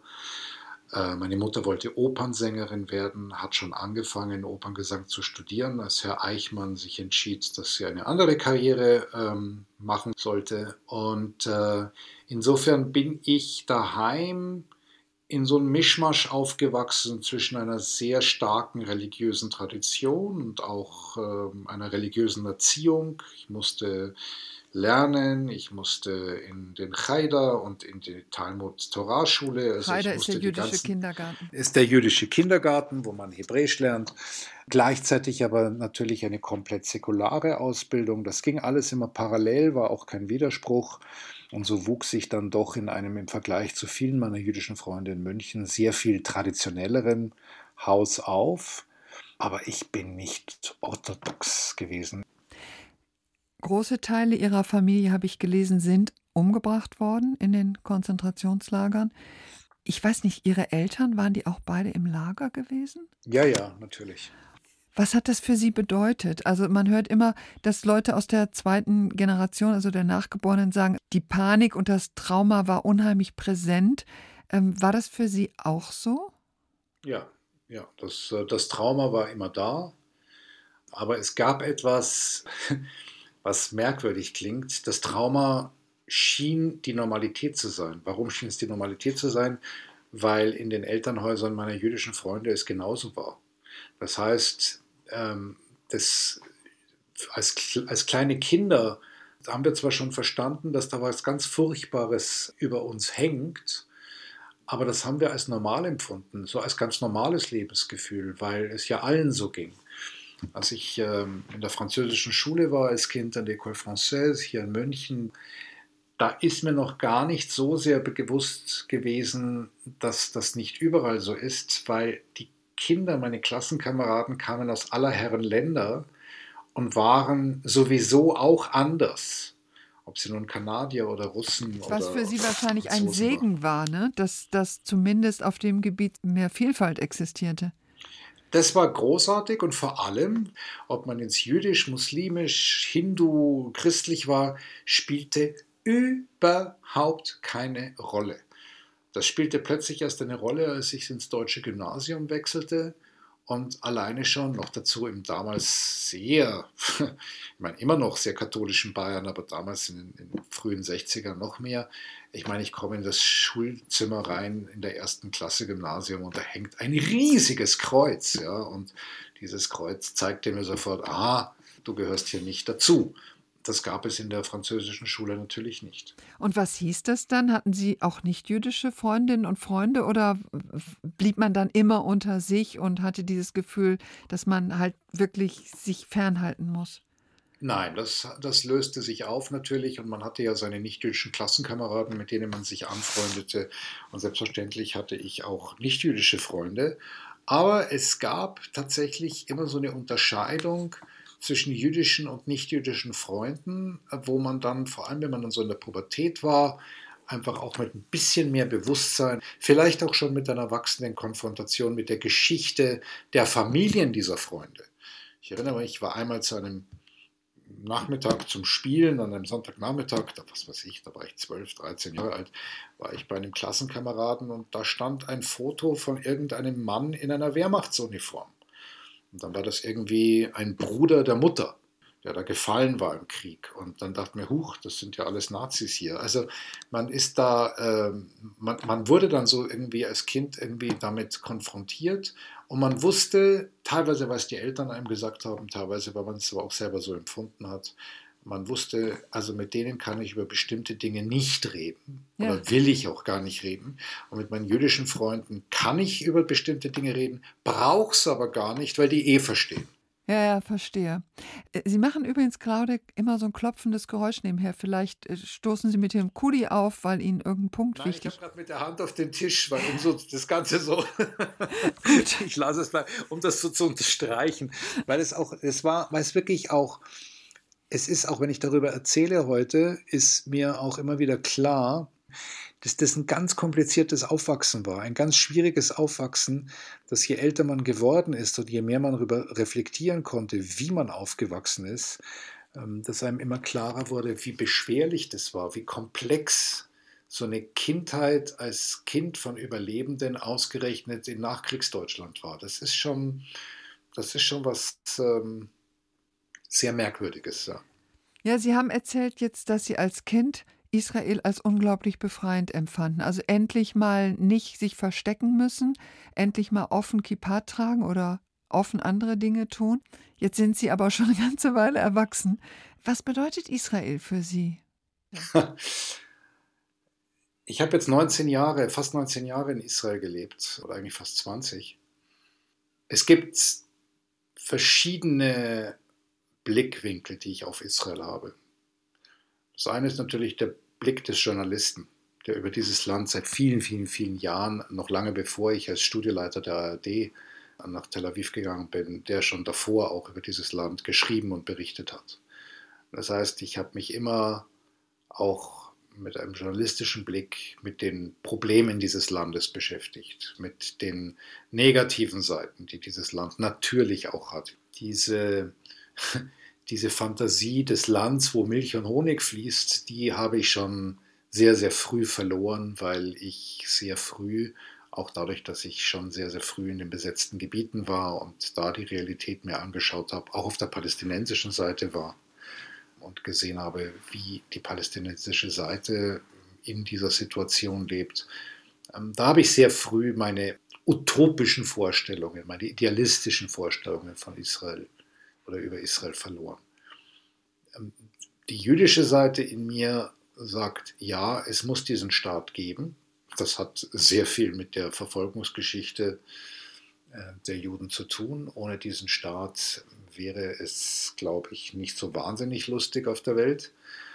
Meine Mutter wollte Opernsängerin werden, hat schon angefangen, Operngesang zu studieren, als Herr Eichmann sich entschied, dass sie eine andere Karriere ähm, machen sollte. Und äh, insofern bin ich daheim in so einem Mischmasch aufgewachsen zwischen einer sehr starken religiösen Tradition und auch ähm, einer religiösen Erziehung. Ich musste lernen, ich musste in den Cheder und in die Talmud-Torah-Schule. Also Haider ich ist der musste die jüdische ganzen, Kindergarten. ist der jüdische Kindergarten, wo man Hebräisch lernt. Gleichzeitig aber natürlich eine komplett säkulare Ausbildung. Das ging alles immer parallel, war auch kein Widerspruch. Und so wuchs ich dann doch in einem im Vergleich zu vielen meiner jüdischen Freunde in München sehr viel traditionelleren Haus auf. Aber ich bin nicht orthodox gewesen. Große Teile Ihrer Familie, habe ich gelesen, sind umgebracht worden in den Konzentrationslagern. Ich weiß nicht, Ihre Eltern, waren die auch beide im Lager gewesen? Ja, ja, natürlich. Was hat das für Sie bedeutet? Also man hört immer, dass Leute aus der zweiten Generation, also der Nachgeborenen, sagen, die Panik und das Trauma war unheimlich präsent. Ähm, war das für Sie auch so? Ja, ja, das, das Trauma war immer da. Aber es gab etwas, was merkwürdig klingt. Das Trauma schien die Normalität zu sein. Warum schien es die Normalität zu sein? Weil in den Elternhäusern meiner jüdischen Freunde es genauso war. Das heißt, ähm, das, als, als kleine Kinder haben wir zwar schon verstanden, dass da was ganz Furchtbares über uns hängt, aber das haben wir als normal empfunden, so als ganz normales Lebensgefühl, weil es ja allen so ging. Als ich ähm, in der französischen Schule war als Kind an der École Française hier in München, da ist mir noch gar nicht so sehr bewusst gewesen, dass das nicht überall so ist, weil die Kinder, meine Klassenkameraden, kamen aus aller Herren Länder und waren sowieso auch anders. Ob sie nun Kanadier oder Russen oder Was für Sie wahrscheinlich ein Franzosen waren. Segen war, ne? Dass, dass zumindest auf dem Gebiet mehr Vielfalt existierte. Das war großartig und vor allem, ob man jetzt jüdisch, muslimisch, hindu, christlich war, spielte überhaupt keine Rolle. Das spielte plötzlich erst eine Rolle, als ich ins deutsche Gymnasium wechselte und alleine schon noch dazu im damals sehr, ich meine immer noch sehr katholischen Bayern, aber damals in den frühen sechzigern noch mehr. Ich meine, ich komme in das Schulzimmer rein in der ersten Klasse Gymnasium und da hängt ein riesiges Kreuz. Ja, und dieses Kreuz zeigte mir sofort, aha, du gehörst hier nicht dazu. Das gab es in der französischen Schule natürlich nicht. Und was hieß das dann? Hatten Sie auch nicht-jüdische Freundinnen und Freunde oder blieb man dann immer unter sich und hatte dieses Gefühl, dass man halt wirklich sich fernhalten muss? Nein, das, das löste sich auf natürlich und man hatte ja seine nichtjüdischen Klassenkameraden, mit denen man sich anfreundete. Und selbstverständlich hatte ich auch nichtjüdische Freunde. Aber es gab tatsächlich immer so eine Unterscheidung zwischen jüdischen und nichtjüdischen Freunden, wo man dann, vor allem wenn man dann so in der Pubertät war, einfach auch mit ein bisschen mehr Bewusstsein, vielleicht auch schon mit einer wachsenden Konfrontation mit der Geschichte der Familien dieser Freunde. Ich erinnere mich, ich war einmal zu einem Nachmittag zum Spielen, an einem Sonntagnachmittag, da, was weiß ich, da war ich zwölf, dreizehn Jahre alt, war ich bei einem Klassenkameraden und da stand ein Foto von irgendeinem Mann in einer Wehrmachtsuniform. Und dann war das irgendwie ein Bruder der Mutter, der da gefallen war im Krieg. Und dann dachte ich mir, huch, das sind ja alles Nazis hier. Also man ist da, äh, man, man wurde dann so irgendwie als Kind irgendwie damit konfrontiert und man wusste, teilweise, weil es die Eltern einem gesagt haben, teilweise, weil man es aber auch selber so empfunden hat, man wusste, also mit denen kann ich über bestimmte Dinge nicht reden Ja. oder will ich auch gar nicht reden. Und mit meinen jüdischen Freunden kann ich über bestimmte Dinge reden, brauche es aber gar nicht, weil die eh verstehen. Ja, ja, verstehe. Äh, Sie machen übrigens gerade immer so ein klopfendes Geräusch nebenher. Vielleicht, äh, stoßen Sie mit Ihrem Kuli auf, weil Ihnen irgendein Punkt Nein, ich wichtig habe gerade mit der Hand auf den Tisch, weil um so das Ganze so, ich lasse es mal, um das so zu unterstreichen, weil es auch, es war, weil es wirklich auch, es ist auch, wenn ich darüber erzähle heute, ist mir auch immer wieder klar, dass das ein ganz kompliziertes Aufwachsen war, ein ganz schwieriges Aufwachsen, dass je älter man geworden ist und je mehr man darüber reflektieren konnte, wie man aufgewachsen ist, ähm, dass einem immer klarer wurde, wie beschwerlich das war, wie komplex so eine Kindheit als Kind von Überlebenden ausgerechnet in Nachkriegsdeutschland war. Das ist schon, das ist schon was ähm, sehr Merkwürdiges. Ja. Ja, Sie haben erzählt jetzt, dass Sie als Kind Israel als unglaublich befreiend empfanden. Also endlich mal nicht sich verstecken müssen, endlich mal offen Kippa tragen oder offen andere Dinge tun. Jetzt sind Sie aber schon eine ganze Weile erwachsen. Was bedeutet Israel für Sie? Ich habe jetzt neunzehn Jahre, fast neunzehn Jahre in Israel gelebt, oder eigentlich fast zwanzig. Es gibt verschiedene Blickwinkel, die ich auf Israel habe. Das eine ist natürlich der Blick des Journalisten, der über dieses Land seit vielen, vielen, vielen Jahren, noch lange bevor ich als Studieleiter der A R D nach Tel Aviv gegangen bin, der schon davor auch über dieses Land geschrieben und berichtet hat. Das heißt, ich habe mich immer auch mit einem journalistischen Blick mit den Problemen dieses Landes beschäftigt, mit den negativen Seiten, die dieses Land natürlich auch hat. Diese Diese Fantasie des Landes, wo Milch und Honig fließt, die habe ich schon sehr, sehr früh verloren, weil ich sehr früh, auch dadurch, dass ich schon sehr, sehr früh in den besetzten Gebieten war und da die Realität mir angeschaut habe, auch auf der palästinensischen Seite war und gesehen habe, wie die palästinensische Seite in dieser Situation lebt. Da habe ich sehr früh meine utopischen Vorstellungen, meine idealistischen Vorstellungen von Israel oder über Israel verloren. Die jüdische Seite in mir sagt, ja, es muss diesen Staat geben. Das hat sehr viel mit der Verfolgungsgeschichte der Juden zu tun. Ohne diesen Staat wäre es, glaube ich, nicht so wahnsinnig lustig auf der Welt.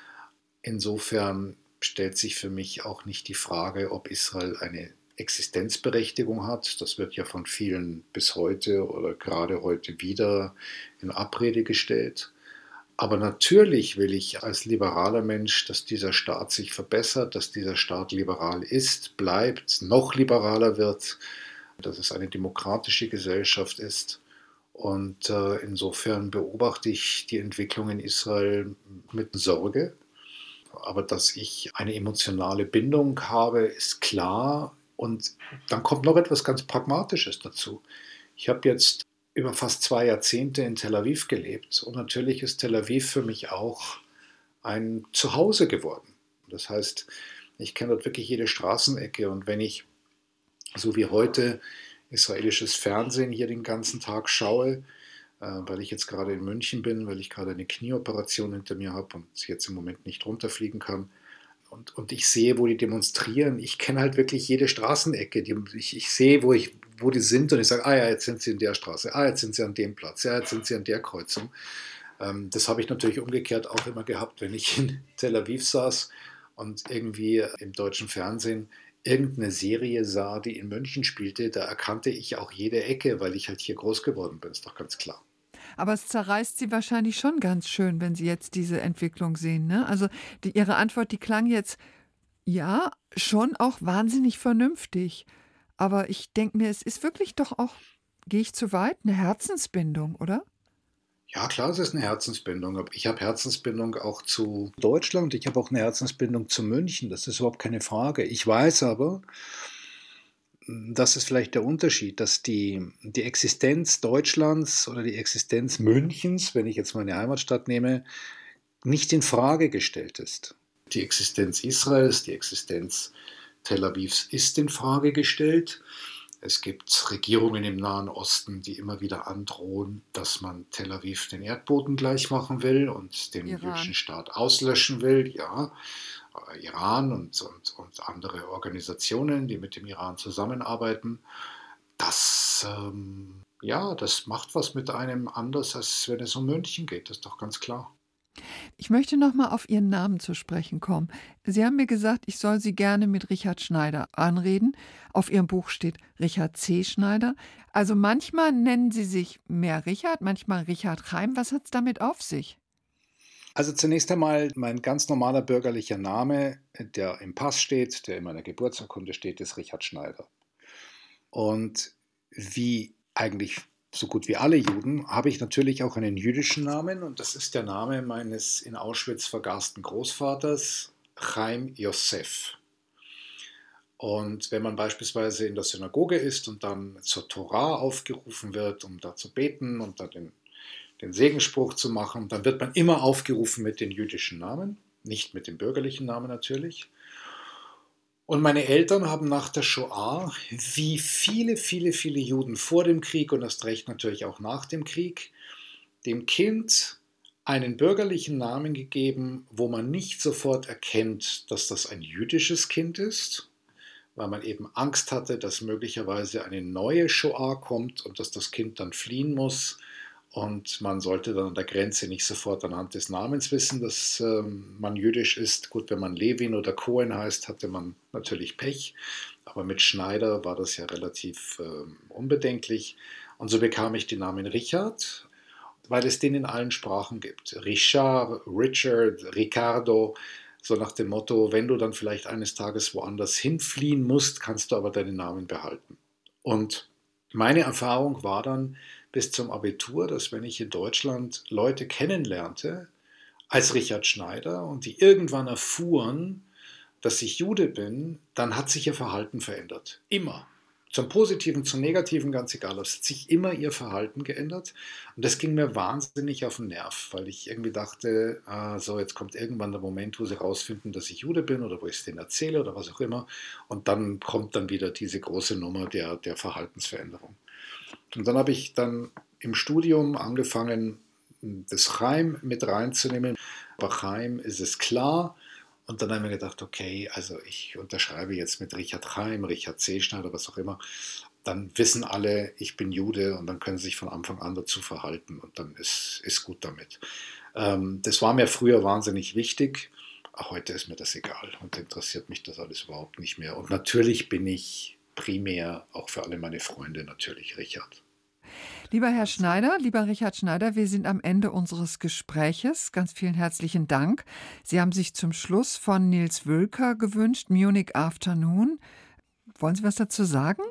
Insofern stellt sich für mich auch nicht die Frage, ob Israel eine Existenzberechtigung hat. Das wird ja von vielen bis heute oder gerade heute wieder in Abrede gestellt. Aber natürlich will ich als liberaler Mensch, dass dieser Staat sich verbessert, dass dieser Staat liberal ist, bleibt, noch liberaler wird, dass es eine demokratische Gesellschaft ist. Und äh, insofern beobachte ich die Entwicklung in Israel mit Sorge. Aber dass ich eine emotionale Bindung habe, ist klar. Und dann kommt noch etwas ganz Pragmatisches dazu. Ich habe jetzt über fast zwei Jahrzehnte in Tel Aviv gelebt und natürlich ist Tel Aviv für mich auch ein Zuhause geworden. Das heißt, ich kenne dort wirklich jede Straßenecke und wenn ich, so wie heute, israelisches Fernsehen hier den ganzen Tag schaue, äh, weil ich jetzt gerade in München bin, weil ich gerade eine Knieoperation hinter mir habe und jetzt im Moment nicht runterfliegen kann. Und, und ich sehe, wo die demonstrieren. Ich kenne halt wirklich jede Straßenecke. Die, ich, ich sehe, wo, ich, wo die sind und ich sage, ah ja, jetzt sind sie in der Straße, ah, jetzt sind sie an dem Platz, ja, jetzt sind sie an der Kreuzung. Ähm, das habe ich natürlich umgekehrt auch immer gehabt, wenn ich in Tel Aviv saß und irgendwie im deutschen Fernsehen irgendeine Serie sah, die in München spielte. Da erkannte ich auch jede Ecke, weil ich halt hier groß geworden bin, ist doch ganz klar. Aber es zerreißt Sie wahrscheinlich schon ganz schön, wenn Sie jetzt diese Entwicklung sehen, ne? Also, die Ihre Antwort, die klang jetzt, ja, schon auch wahnsinnig vernünftig. Aber ich denke mir, es ist wirklich doch auch, gehe ich zu weit, eine Herzensbindung, oder? Ja, klar, es ist eine Herzensbindung. Aber ich habe Herzensbindung auch zu Deutschland. Ich habe auch eine Herzensbindung zu München. Das ist überhaupt keine Frage. Ich weiß aber, das ist vielleicht der Unterschied, dass die, die Existenz Deutschlands oder die Existenz Münchens, wenn ich jetzt meine Heimatstadt nehme, nicht in Frage gestellt ist. Die Existenz Israels, die Existenz Tel Avivs ist in Frage gestellt. Es gibt Regierungen im Nahen Osten, die immer wieder androhen, dass man Tel Aviv den Erdboden gleich machen will und den jüdischen Iran. Staat auslöschen will. Ja, äh, Iran und, und, und andere Organisationen, die mit dem Iran zusammenarbeiten. Das, ähm, ja, das macht was mit einem anders, als wenn es um München geht, das ist doch ganz klar. Ich möchte noch mal auf Ihren Namen zu sprechen kommen. Sie haben mir gesagt, ich soll Sie gerne mit Richard Schneider anreden. Auf Ihrem Buch steht Richard C. Schneider. Also manchmal nennen Sie sich mehr Richard, manchmal Richard Chaim. Was hat es damit auf sich? Also zunächst einmal mein ganz normaler bürgerlicher Name, der im Pass steht, der in meiner Geburtsurkunde steht, ist Richard Schneider. Und wie eigentlich so gut wie alle Juden habe ich natürlich auch einen jüdischen Namen und das ist der Name meines in Auschwitz vergasten Großvaters, Chaim Yosef. Und wenn man beispielsweise in der Synagoge ist und dann zur Torah aufgerufen wird, um da zu beten und dann den, den Segensspruch zu machen, dann wird man immer aufgerufen mit den jüdischen Namen, nicht mit dem bürgerlichen Namen natürlich. Und meine Eltern haben nach der Shoah, wie viele, viele, viele Juden vor dem Krieg und erst recht natürlich auch nach dem Krieg, dem Kind einen bürgerlichen Namen gegeben, wo man nicht sofort erkennt, dass das ein jüdisches Kind ist, weil man eben Angst hatte, dass möglicherweise eine neue Shoah kommt und dass das Kind dann fliehen muss. Und man sollte dann an der Grenze nicht sofort anhand des Namens wissen, dass ähm, man jüdisch ist. Gut, wenn man Levin oder Cohen heißt, hatte man natürlich Pech. Aber mit Schneider war das ja relativ ähm, unbedenklich. Und so bekam ich den Namen Richard, weil es den in allen Sprachen gibt. Richard, Richard, Ricardo, so nach dem Motto, wenn du dann vielleicht eines Tages woanders hinfliehen musst, kannst du aber deinen Namen behalten. Und meine Erfahrung war dann bis zum Abitur, dass wenn ich in Deutschland Leute kennenlernte, als Richard Schneider, und die irgendwann erfuhren, dass ich Jude bin, dann hat sich ihr Verhalten verändert. Immer. Zum Positiven, zum Negativen, ganz egal. Es hat sich immer ihr Verhalten geändert. Und das ging mir wahnsinnig auf den Nerv, weil ich irgendwie dachte, ah, so, jetzt kommt irgendwann der Moment, wo sie rausfinden, dass ich Jude bin oder wo ich es denen erzähle oder was auch immer. Und dann kommt dann wieder diese große Nummer der, der Verhaltensveränderung. Und dann habe ich dann im Studium angefangen, das Chaim mit reinzunehmen. Bei Chaim ist es klar. Und dann haben wir gedacht, okay, also ich unterschreibe jetzt mit Richard Chaim, Richard C. Schneider, was auch immer. Dann wissen alle, ich bin Jude und dann können sie sich von Anfang an dazu verhalten und dann ist, ist gut damit. Ähm, das war mir früher wahnsinnig wichtig. Heute ist mir das egal und interessiert mich das alles überhaupt nicht mehr. Und natürlich bin ich primär, auch für alle meine Freunde, natürlich Richard. Lieber Herr Schneider, lieber Richard Schneider, wir sind am Ende unseres Gespräches. Ganz vielen herzlichen Dank. Sie haben sich zum Schluss von Nils Wülker gewünscht, Munich Afternoon. Wollen Sie was dazu sagen?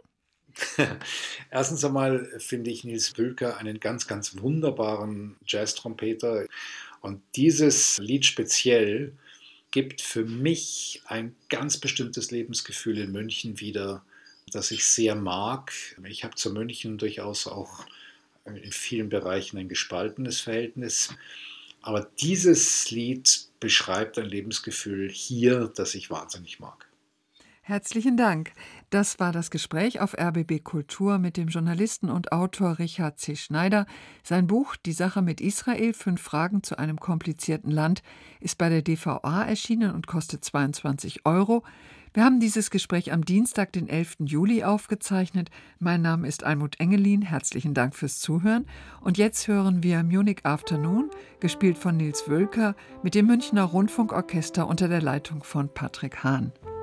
Erstens einmal finde ich Nils Wülker einen ganz, ganz wunderbaren Jazz-Trompeter. Und dieses Lied speziell gibt für mich ein ganz bestimmtes Lebensgefühl in München wieder, das ich sehr mag. Ich habe zu München durchaus auch in vielen Bereichen ein gespaltenes Verhältnis. Aber dieses Lied beschreibt ein Lebensgefühl hier, das ich wahnsinnig mag. Herzlichen Dank. Das war das Gespräch auf R B B Kultur mit dem Journalisten und Autor Richard C. Schneider. Sein Buch Die Sache mit Israel, fünf Fragen zu einem komplizierten Land, ist bei der D V A erschienen und kostet zweiundzwanzig Euro. Wir haben dieses Gespräch am Dienstag, den elften Juli, aufgezeichnet. Mein Name ist Almut Engelin. Herzlichen Dank fürs Zuhören. Und jetzt hören wir Munich Afternoon, gespielt von Nils Wölker, mit dem Münchner Rundfunkorchester unter der Leitung von Patrick Hahn.